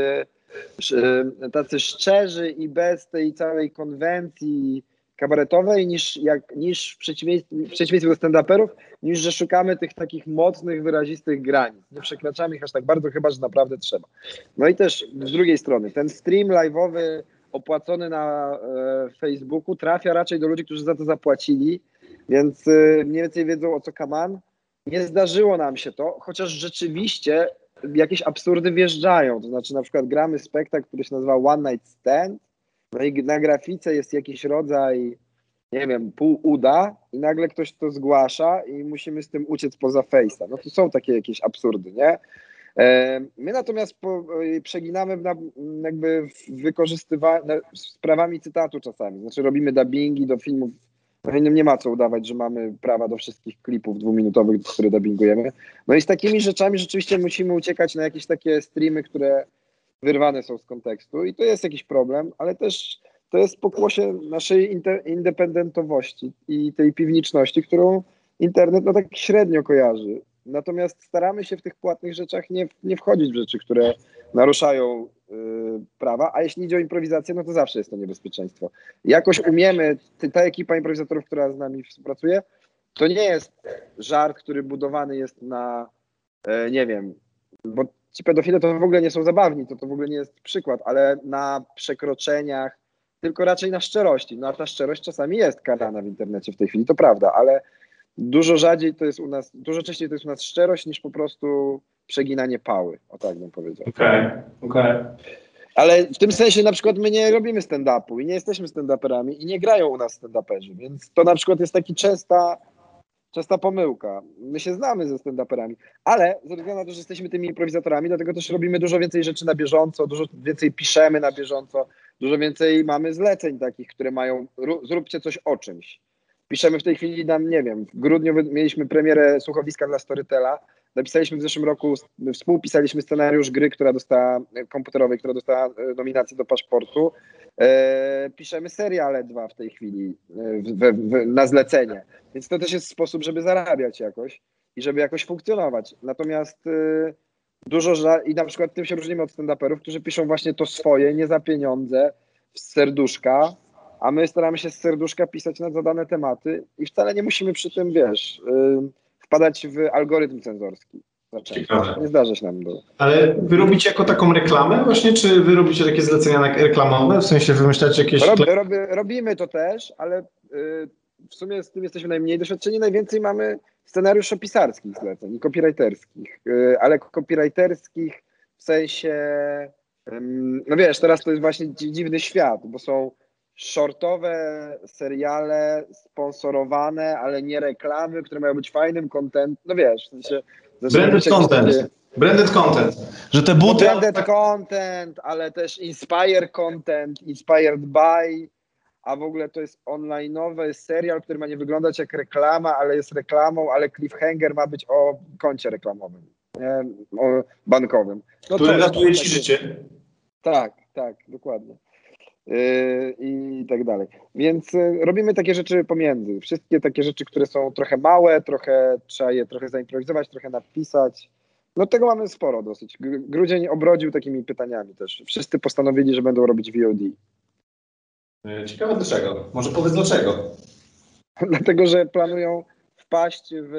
tacy szczerzy i bez tej całej konwencji kabaretowej, niż, jak, niż w przeciwieństwie, w przeciwieństwie do stand-uperów, niż że szukamy tych takich mocnych, wyrazistych granic. Nie przekraczamy ich aż tak bardzo, chyba że naprawdę trzeba. No i też z drugiej strony, ten stream live'owy opłacony na e, Facebooku trafia raczej do ludzi, którzy za to zapłacili, więc e, mniej więcej wiedzą, o co kaman. Nie zdarzyło nam się to, chociaż rzeczywiście jakieś absurdy wjeżdżają. To znaczy na przykład gramy spektakl, który się nazywa One Night Stand, no i na grafice jest jakiś rodzaj, nie wiem, pół uda i nagle ktoś to zgłasza i musimy z tym uciec poza Face'a. No to są takie jakieś absurdy, nie? My natomiast po, przeginamy na, jakby wykorzystywanie z prawami cytatu czasami. Znaczy robimy dubbingi do filmów. No innym nie ma co udawać, że mamy prawa do wszystkich klipów dwuminutowych, które dubbingujemy. No i z takimi rzeczami rzeczywiście musimy uciekać na jakieś takie streamy, które wyrwane są z kontekstu i to jest jakiś problem, ale też to jest pokłosie naszej inte- independentowości i tej piwniczności, którą internet no tak średnio kojarzy. Natomiast staramy się w tych płatnych rzeczach nie, nie wchodzić w rzeczy, które naruszają y, prawa, a jeśli idzie o improwizację, no to zawsze jest to niebezpieczeństwo. Jakoś umiemy, ta ekipa improwizatorów, która z nami współpracuje, to nie jest żart, który budowany jest na, e, nie wiem, bo ci pedofile to w ogóle nie są zabawni, to to w ogóle nie jest przykład, ale na przekroczeniach, tylko raczej na szczerości. No a ta szczerość czasami jest karana w internecie w tej chwili, to prawda, ale dużo rzadziej to jest u nas, dużo częściej to jest u nas szczerość niż po prostu przeginanie pały, o tak bym powiedział. Okej, okay, okej. Okay. Ale w tym sensie na przykład my nie robimy stand-upu i nie jesteśmy stand-uperami i nie grają u nas stand-uperzy, więc to na przykład jest taki częsta, częsta pomyłka. My się znamy ze stand-uperami, ale ze względu na to, że jesteśmy tymi improwizatorami, dlatego też robimy dużo więcej rzeczy na bieżąco, dużo więcej piszemy na bieżąco, dużo więcej mamy zleceń takich, które mają zróbcie coś o czymś. Piszemy w tej chwili, nam, nie wiem, w grudniu mieliśmy premierę słuchowiska dla Storytela. Napisaliśmy w zeszłym roku, współpisaliśmy scenariusz gry, która dostała, komputerowej, która dostała nominację do paszportu. E, piszemy seriale dwa w tej chwili w, w, na zlecenie. Więc to też jest sposób, żeby zarabiać jakoś i żeby jakoś funkcjonować. Natomiast e, dużo, ża- i na przykład tym się różnimy od stand-uperów, którzy piszą właśnie to swoje, nie za pieniądze, z serduszka, a my staramy się z serduszka pisać na zadane tematy i wcale nie musimy przy tym, wiesz, yy, wpadać w algorytm cenzorski. Ciekawe. Nie zdarza się nam. Do... Ale wy robicie jako taką reklamę właśnie, czy wy robicie takie zlecenia reklamowe? W sensie wymyślacie jakieś... Rob, rob, robimy to też, ale yy, w sumie z tym jesteśmy najmniej doświadczeni. Najwięcej mamy scenariuszopisarskich zleceń i copywriterskich, yy, ale copywriterskich w sensie... Yy, no wiesz, teraz to jest właśnie dziwny świat, bo są shortowe seriale sponsorowane, ale nie reklamy, które mają być fajnym content. No wiesz, w sensie... Branded content. Takie... Branded content. Że te buty... Branded content, ale też inspire content, inspired by, a w ogóle to jest online'owy serial, który ma nie wyglądać jak reklama, ale jest reklamą, ale cliffhanger ma być o koncie reklamowym, nie? O bankowym. No który ratuje ci życie. Tak, tak, dokładnie. Yy, i tak dalej. Więc y, robimy takie rzeczy pomiędzy. Wszystkie takie rzeczy, które są trochę małe, trochę trzeba je trochę zaimprowizować, trochę napisać. No tego mamy sporo dosyć. Grudzień obrodził takimi pytaniami też. Wszyscy postanowili, że będą robić V O D. Ciekawe dlaczego. Może powiedz dlaczego. Dlatego, że planują wpaść w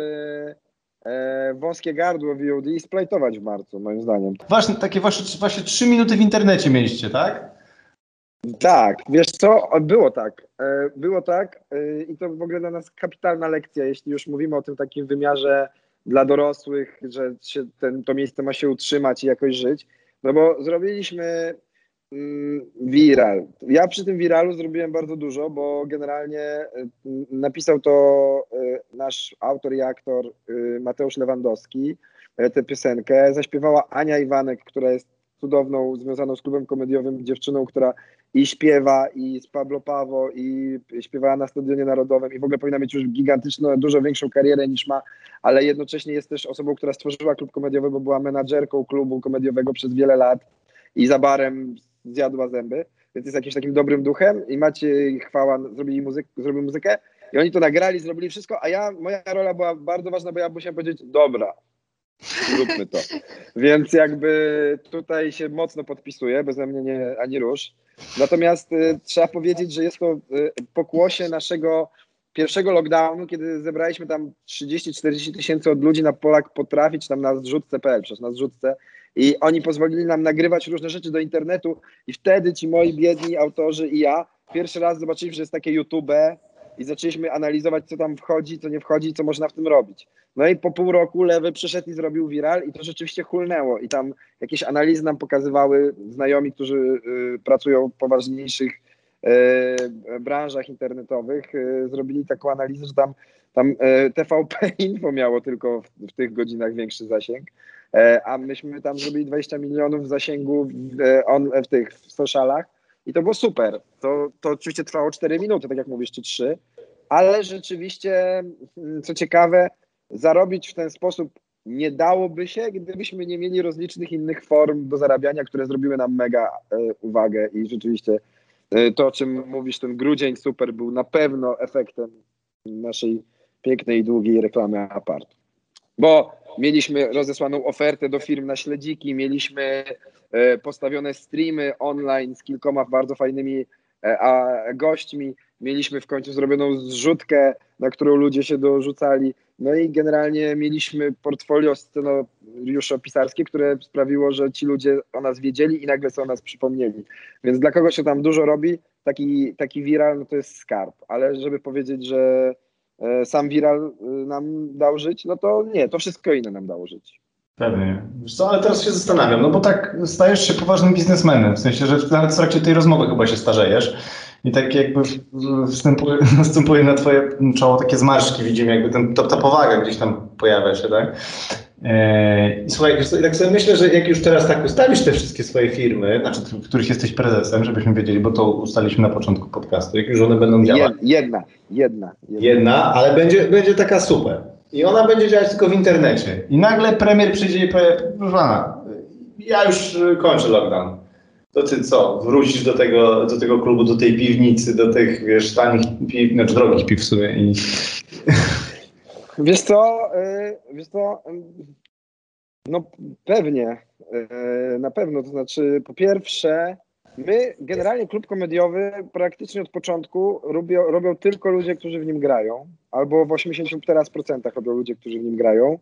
e, wąskie gardło V O D i splajtować w marcu, moim zdaniem. Właśnie, takie wasze, właśnie trzy minuty w internecie mieliście, tak? Tak, wiesz co, było tak, było tak i to w ogóle dla nas kapitalna lekcja, jeśli już mówimy o tym takim wymiarze dla dorosłych, że się ten, to miejsce ma się utrzymać i jakoś żyć, no bo zrobiliśmy mm, viral. Ja przy tym viralu zrobiłem bardzo dużo, bo generalnie napisał to nasz autor i aktor Mateusz Lewandowski, tę piosenkę, zaśpiewała Ania Iwanek, która jest cudowną, związaną z klubem komediowym dziewczyną, która i śpiewa, i z Pablo Pawo, i śpiewała na Stadionie Narodowym i w ogóle powinna mieć już gigantyczną, dużo większą karierę niż ma, ale jednocześnie jest też osobą, która stworzyła klub komediowy, bo była menadżerką klubu komediowego przez wiele lat i za barem zjadła zęby, więc jest jakimś takim dobrym duchem i Maciej Chwała zrobili muzyk, zrobił muzykę i oni to nagrali, zrobili wszystko, a ja, moja rola była bardzo ważna, bo ja musiałem powiedzieć, dobra, Zróbmy to. Więc jakby tutaj się mocno podpisuję, beze mnie nie, ani rusz. Natomiast y, trzeba powiedzieć, że jest to y, pokłosie naszego pierwszego lockdownu, kiedy zebraliśmy tam trzydzieści czterdzieści tysięcy od ludzi na Polak Potrafi, czy tam na zrzutce kropka pe el, przecież na zrzutce. I oni pozwolili nam nagrywać różne rzeczy do internetu i wtedy ci moi biedni autorzy i ja pierwszy raz zobaczyliśmy, że jest takie YouTube i zaczęliśmy analizować, co tam wchodzi, co nie wchodzi, co można w tym robić. No i po pół roku Lewy przyszedł i zrobił viral i to rzeczywiście hulnęło i tam jakieś analizy nam pokazywały znajomi, którzy y, pracują w poważniejszych y, branżach internetowych, y, zrobili taką analizę, że tam, tam y, T V P Info miało tylko w, w tych godzinach większy zasięg, y, a myśmy tam zrobili dwadzieścia milionów zasięgu w, on, w tych w socialach i to było super. To, to oczywiście trwało cztery minuty, tak jak mówisz, czy trzy, ale rzeczywiście, co ciekawe, zarobić w ten sposób nie dałoby się, gdybyśmy nie mieli rozlicznych innych form do zarabiania, które zrobiły nam mega e, uwagę i rzeczywiście e, to, o czym mówisz, ten grudzień super był na pewno efektem naszej pięknej i długiej reklamy Apartu. Bo mieliśmy rozesłaną ofertę do firm na śledziki, mieliśmy e, postawione streamy online z kilkoma bardzo fajnymi e, a, gośćmi, mieliśmy w końcu zrobioną zrzutkę, na którą ludzie się dorzucali. No i generalnie mieliśmy portfolio scenariuszo-pisarskie, które sprawiło, że ci ludzie o nas wiedzieli i nagle sobie o nas przypomnieli. Więc dla kogoś się tam dużo robi, taki, taki viral no to jest skarb. Ale żeby powiedzieć, że e, sam viral e, nam dał żyć, no to nie, to wszystko inne nam dało żyć. Pewnie. Wiesz co, ale teraz się zastanawiam, no bo tak stajesz się poważnym biznesmenem, w sensie, że nawet w trakcie tej rozmowy chyba się starzejesz i tak jakby wstępuje, następuje na twoje czoło takie zmarszczki, widzimy jakby ten, ta, ta powaga gdzieś tam pojawia się, tak? Eee, I słuchaj, wiesz co, i tak sobie myślę, że jak już teraz tak ustawisz te wszystkie swoje firmy, znaczy w których jesteś prezesem, żebyśmy wiedzieli, bo to ustaliliśmy na początku podcastu, jak już one będą działać. Jedna, jedna. Jedna, jedna ale będzie, będzie taka super. I ona będzie działać tylko w internecie. I nagle premier przyjdzie i powie, proszę pana, ja już kończę lockdown. To ty co, wrócisz do tego, do tego klubu, do tej piwnicy, do tych, wiesz, tanich piw, znaczy drogich piw w sumie. I... Wiesz co, yy, wiesz co, yy, no pewnie, yy, na pewno, to znaczy po pierwsze, my generalnie klub komediowy praktycznie od początku robią, robią tylko ludzie, którzy w nim grają, albo w osiemdziesięciu teraz procentach robią ludzie, którzy w nim grają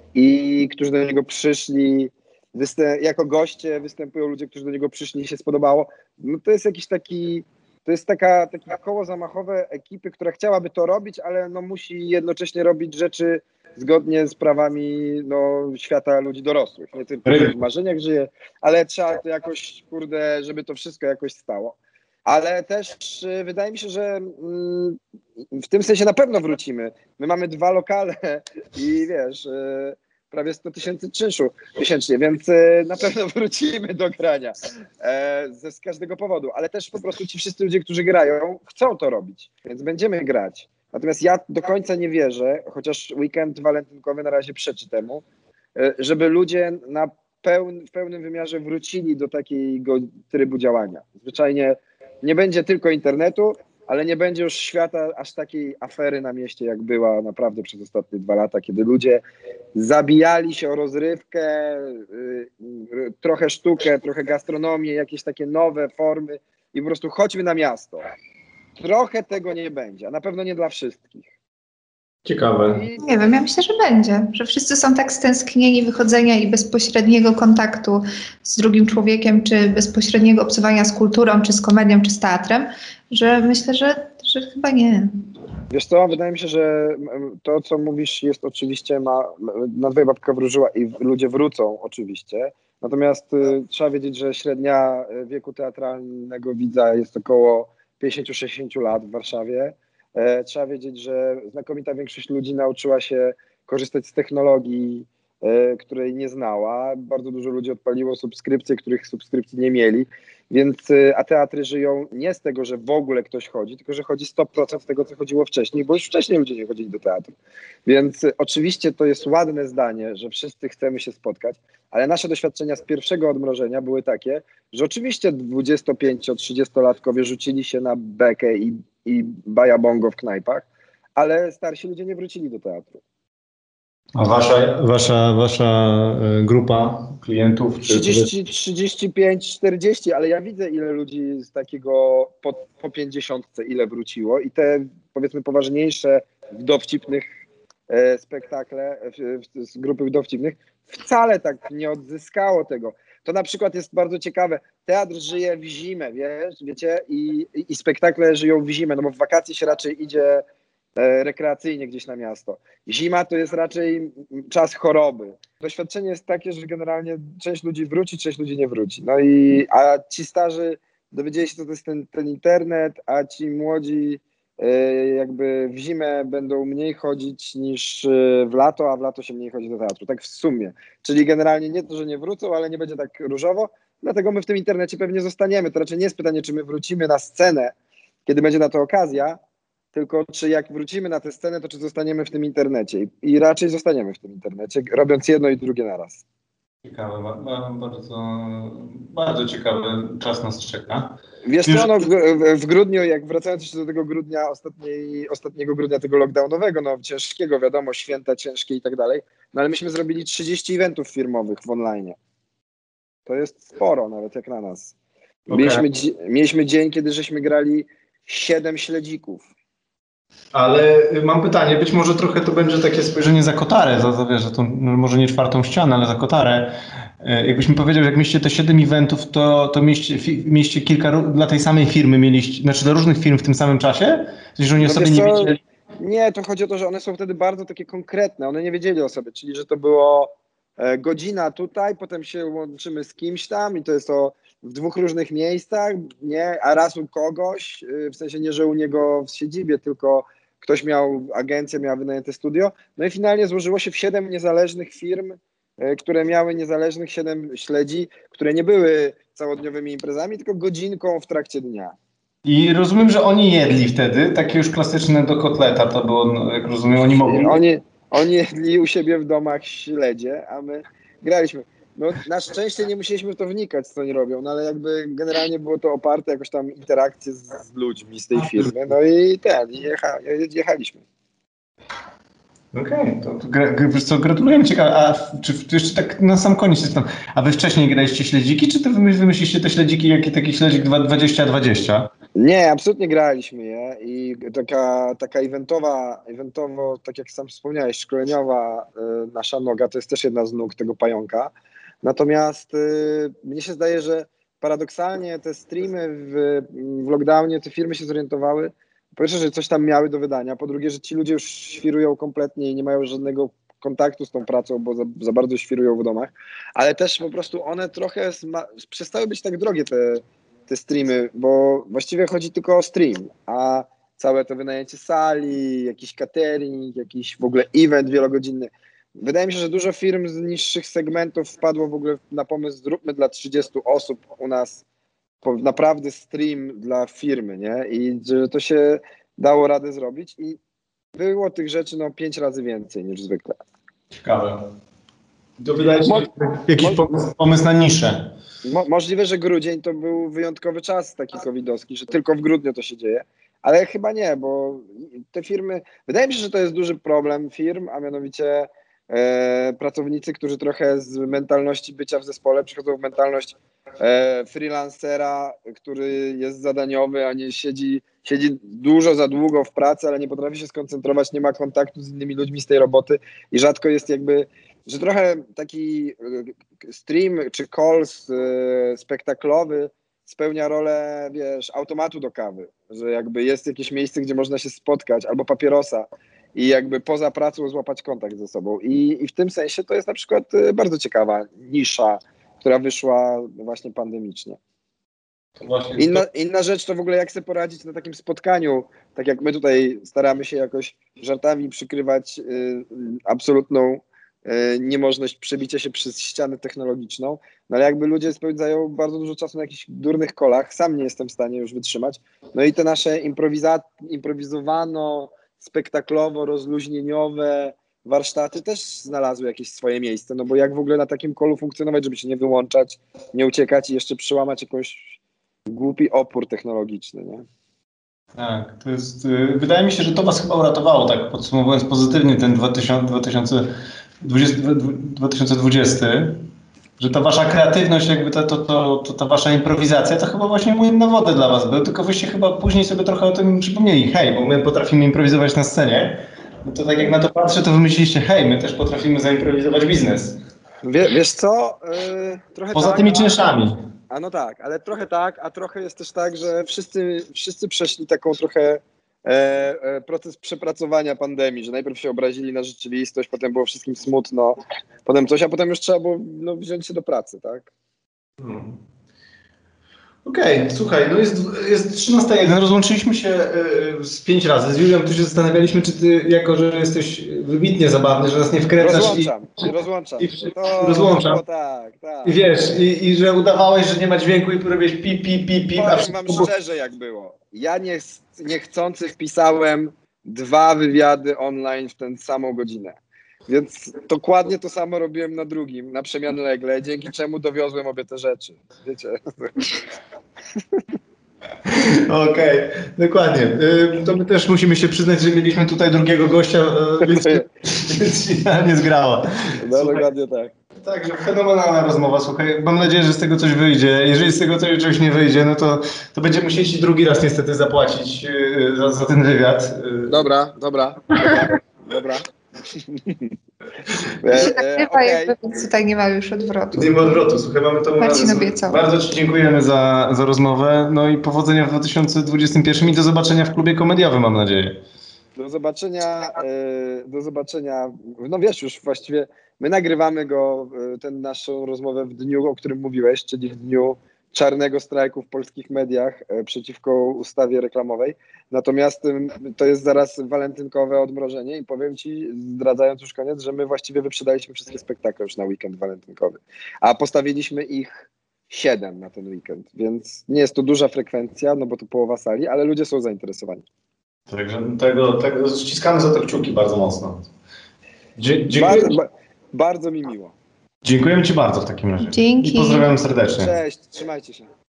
i którzy do niego przyszli, wystę- jako goście występują ludzie, którzy do niego przyszli i się spodobało. No to jest jakiś taki, to jest taka, takie koło zamachowe ekipy, która chciałaby to robić, ale no musi jednocześnie robić rzeczy zgodnie z prawami no, świata ludzi dorosłych. Nie tylko w marzeniach żyje, ale trzeba to jakoś, kurde, żeby to wszystko jakoś stało. Ale też y, wydaje mi się, że mm, w tym sensie na pewno wrócimy. My mamy dwa lokale i wiesz, y, prawie sto tysięcy czynszu miesięcznie, więc y, na pewno wrócimy do grania e, ze, z każdego powodu. Ale też po prostu ci wszyscy ludzie, którzy grają, chcą to robić, więc będziemy grać. Natomiast ja do końca nie wierzę, chociaż weekend walentynkowy na razie przeczy temu, żeby ludzie na pełn, w pełnym wymiarze wrócili do takiego trybu działania. Zwyczajnie nie będzie tylko internetu, ale nie będzie już świata aż takiej afery na mieście, jak była naprawdę przez ostatnie dwa lata, kiedy ludzie zabijali się o rozrywkę, trochę sztukę, trochę gastronomię, jakieś takie nowe formy i po prostu chodźmy na miasto. Trochę tego nie będzie, a na pewno nie dla wszystkich. Ciekawe. I... Nie wiem, ja myślę, że będzie, że wszyscy są tak stęsknieni wychodzenia i bezpośredniego kontaktu z drugim człowiekiem, czy bezpośredniego obcowania z kulturą, czy z komedią, czy z teatrem, że myślę, że, że chyba nie. Wiesz co, wydaje mi się, że to, co mówisz, jest oczywiście, ma, na dwoje babka wróżyła i ludzie wrócą oczywiście, natomiast y, trzeba wiedzieć, że średnia wieku teatralnego widza jest około pięćdziesiąt do sześćdziesięciu lat w Warszawie. E, trzeba wiedzieć, że znakomita większość ludzi nauczyła się korzystać z technologii, e, której nie znała. Bardzo dużo ludzi odpaliło subskrypcje, których subskrypcji nie mieli. Więc, e, a teatry żyją nie z tego, że w ogóle ktoś chodzi, tylko że chodzi sto procent z tego, co chodziło wcześniej, bo już wcześniej ludzie nie chodzili do teatru. Więc e, oczywiście to jest ładne zdanie, że wszyscy chcemy się spotkać, ale nasze doświadczenia z pierwszego odmrożenia były takie, że oczywiście dwudziestopięcio-trzydziestolatkowie rzucili się na bekę i i bajabongo w knajpach, ale starsi ludzie nie wrócili do teatru. A wasza, wasza, wasza y, grupa klientów? Czy trzydzieści, trzydzieści pięć, czterdzieści, ale ja widzę, ile ludzi z takiego po, po pięćdziesiątce, ile wróciło i te, powiedzmy, poważniejsze, dowcipnych e, spektakle w, w, z grupy dowcipnych wcale tak nie odzyskało tego. To na przykład jest bardzo ciekawe. Teatr żyje w zimę, wiesz, wiecie, i, i, i spektakle żyją w zimę, no bo w wakacje się raczej idzie e, rekreacyjnie gdzieś na miasto. Zima to jest raczej czas choroby. Doświadczenie jest takie, że generalnie część ludzi wróci, część ludzi nie wróci. No i a ci starzy dowiedzieli się, co to jest ten, ten internet, a ci młodzi e, jakby w zimę będą mniej chodzić niż e, w lato, a w lato się mniej chodzi do teatru. Tak w sumie. Czyli generalnie nie to, że nie wrócą, ale nie będzie tak różowo. Dlatego my w tym internecie pewnie zostaniemy. To raczej nie jest pytanie, czy my wrócimy na scenę, kiedy będzie na to okazja, tylko czy jak wrócimy na tę scenę, to czy zostaniemy w tym internecie. I, i raczej zostaniemy w tym internecie, robiąc jedno i drugie naraz. Ciekawe, ba- ba- bardzo, bardzo ciekawy czas nas czeka. Wiesz Już... co, no, w, w grudniu, jak wracając jeszcze do tego grudnia, ostatniej, ostatniego grudnia tego lockdownowego, no ciężkiego, wiadomo, święta ciężkie i tak dalej, no ale myśmy zrobili trzydzieści eventów firmowych w online. To jest sporo nawet jak na nas. Okay. Mieliśmy, mieliśmy dzień, kiedy żeśmy grali siedem śledzików. Ale mam pytanie, być może trochę to będzie takie spojrzenie za kotarę, za, za, wiesz, za tą, no może nie czwartą ścianę, ale za kotarę. Jakbyś mi powiedział, że jak mieliście te siedem eventów, to, to mieliście, mieliście kilka, dla tej samej firmy mieliście, znaczy dla różnych firm w tym samym czasie? Coś, że oni o No sobie nie co? wiedzieli? Nie, to chodzi o to, że one są wtedy bardzo takie konkretne, one nie wiedzieli o sobie, czyli że to było e, godzina tutaj, potem się łączymy z kimś tam i to jest to w dwóch różnych miejscach, nie, a raz u kogoś, y, w sensie nie, że u niego w siedzibie, tylko ktoś miał agencję, miała wynajęte studio, no i finalnie złożyło się w siedem niezależnych firm, y, które miały niezależnych siedem śledzi, które nie były całodniowymi imprezami, tylko godzinką w trakcie dnia. I rozumiem, że oni jedli wtedy, takie już klasyczne do kotleta, to było, no, jak rozumiem, oni mogli... Oni, oni jedli u siebie w domach śledzie, a my graliśmy. No, na szczęście nie musieliśmy w to wnikać, co oni robią, no ale jakby generalnie było to oparte jakoś tam interakcję z, z ludźmi z tej firmy, no i ten, i jecha, jechaliśmy. Okej, okay, to, to gra, wiesz co, gratulujemy. Ciekawe, a czy, czy jeszcze tak na sam koniec jestem, a wy wcześniej graliście śledziki, czy to wy wymyśliliście te śledziki, jaki taki śledzik dwadzieścia dwadzieścia? Nie, absolutnie graliśmy je i taka, taka eventowa, eventowo, tak jak sam wspomniałeś, szkoleniowa y, nasza noga, to jest też jedna z nóg tego pająka. Natomiast y, mnie się zdaje, że paradoksalnie te streamy w, w lockdownie, te firmy się zorientowały, po pierwsze, że coś tam miały do wydania, po drugie, że ci ludzie już świrują kompletnie i nie mają żadnego kontaktu z tą pracą, bo za, za bardzo świrują w domach, ale też po prostu one trochę sma- przestały być tak drogie, te te streamy, bo właściwie chodzi tylko o stream, a całe to wynajęcie sali, jakiś catering, jakiś w ogóle event wielogodzinny. Wydaje mi się, że dużo firm z niższych segmentów wpadło w ogóle na pomysł, zróbmy dla trzydziestu osób u nas naprawdę stream dla firmy, nie? I że to się dało radę zrobić i było tych rzeczy no pięć razy więcej niż zwykle. Ciekawe. To wydaje się Mo- jakiś mo- pomysł, pomysł na niszę. Mo- możliwe, że grudzień to był wyjątkowy czas taki covidowski, że tylko w grudniu to się dzieje, ale chyba nie, bo te firmy, wydaje mi się, że to jest duży problem firm, a mianowicie e, pracownicy, którzy trochę z mentalności bycia w zespole przychodzą w mentalność e, freelancera, który jest zadaniowy, a nie siedzi, siedzi dużo za długo w pracy, ale nie potrafi się skoncentrować, nie ma kontaktu z innymi ludźmi z tej roboty i rzadko jest jakby, że trochę taki stream czy call spektaklowy spełnia rolę, wiesz, automatu do kawy, że jakby jest jakieś miejsce, gdzie można się spotkać, albo papierosa i jakby poza pracą złapać kontakt ze sobą. I, i w tym sensie to jest na przykład bardzo ciekawa nisza, która wyszła właśnie pandemicznie. Inna, inna rzecz to w ogóle jak sobie poradzić na takim spotkaniu, tak jak my tutaj staramy się jakoś żartami przykrywać y, absolutną niemożność przebicia się przez ścianę technologiczną, no ale jakby ludzie spędzają bardzo dużo czasu na jakichś durnych kolach, sam nie jestem w stanie już wytrzymać, no i te nasze improwiza- improwizowano, spektaklowo, rozluźnieniowe warsztaty też znalazły jakieś swoje miejsce, no bo jak w ogóle na takim kolu funkcjonować, żeby się nie wyłączać, nie uciekać i jeszcze przełamać jakąś głupi opór technologiczny, nie? Tak, to jest, wydaje mi się, że to was chyba uratowało, tak podsumowując pozytywnie ten dwa tysiące dwudziesty, że ta wasza kreatywność, jakby ta, to, to, to, ta wasza improwizacja, to chyba właśnie młyn na wodę dla was był, tylko wyście chyba później sobie trochę o tym przypomnieli, hej, bo my potrafimy improwizować na scenie, no to tak jak na to patrzę, to wymyśliliście, hej, my też potrafimy zaimprowizować biznes. Wie, wiesz co? Yy, trochę Poza tak, tymi a- czynszami. A no tak, ale trochę tak, a trochę jest też tak, że wszyscy, wszyscy przeszli taką trochę e, e, proces przepracowania pandemii, że najpierw się obrazili na rzeczywistość, potem było wszystkim smutno, potem coś, a potem już trzeba było no, wziąć się do pracy, tak? Hmm. Okej, okay, słuchaj, no jest, jest trzynasta jeden, rozłączyliśmy się y, z pięć razy. Z Julią tu się zastanawialiśmy, czy ty, jako że jesteś wybitnie zabawny, że nas nie wkręcasz Rozłączam, i... rozłączam. I, To rozłączam. było tak, tak. I wiesz, i, i że udawałeś, że nie ma dźwięku i robiłeś pi, pi, pi, pi. Powiem wam szczerze, jak było. Ja nie, niechcący wpisałem dwa wywiady online w tę samą godzinę. Więc dokładnie to samo robiłem na drugim, na przemianlegle, dzięki czemu dowiozłem obie te rzeczy. Wiecie? Okej, okay, dokładnie. To my też musimy się przyznać, że mieliśmy tutaj drugiego gościa, więc, więc się nie zgrała. No dokładnie tak. Także fenomenalna rozmowa, słuchaj. Mam nadzieję, że z tego coś wyjdzie. Jeżeli z tego coś, czegoś nie wyjdzie, no to, to będziemy musieli ci drugi raz niestety zapłacić za, za ten wywiad. Dobra, dobra, dobra. dobra. To się nagrywa, okay. Jakby, więc tutaj nie ma już odwrotu. Nie ma odwrotu, słuchaj, mamy to bardzo, bardzo ci dziękujemy za, za rozmowę, no i powodzenia w dwa tysiące dwudziestym pierwszym i do zobaczenia w klubie komediowym, mam nadzieję. Do zobaczenia, do zobaczenia, no wiesz już właściwie, my nagrywamy go, tę naszą rozmowę w dniu, o którym mówiłeś, czyli w dniu czarnego strajku w polskich mediach przeciwko ustawie reklamowej. Natomiast to jest zaraz walentynkowe odmrożenie i powiem ci, zdradzając już koniec, że my właściwie wyprzedaliśmy wszystkie spektakle już na weekend walentynkowy, a postawiliśmy ich siedem na ten weekend, więc nie jest to duża frekwencja, no bo to połowa sali, ale ludzie są zainteresowani. Także tego, tego ściskamy za to kciuki bardzo mocno. Dzie- bardzo, ba- bardzo mi miło. Dziękujemy ci bardzo w takim razie. Dzięki. I pozdrawiam serdecznie. Cześć, trzymajcie się.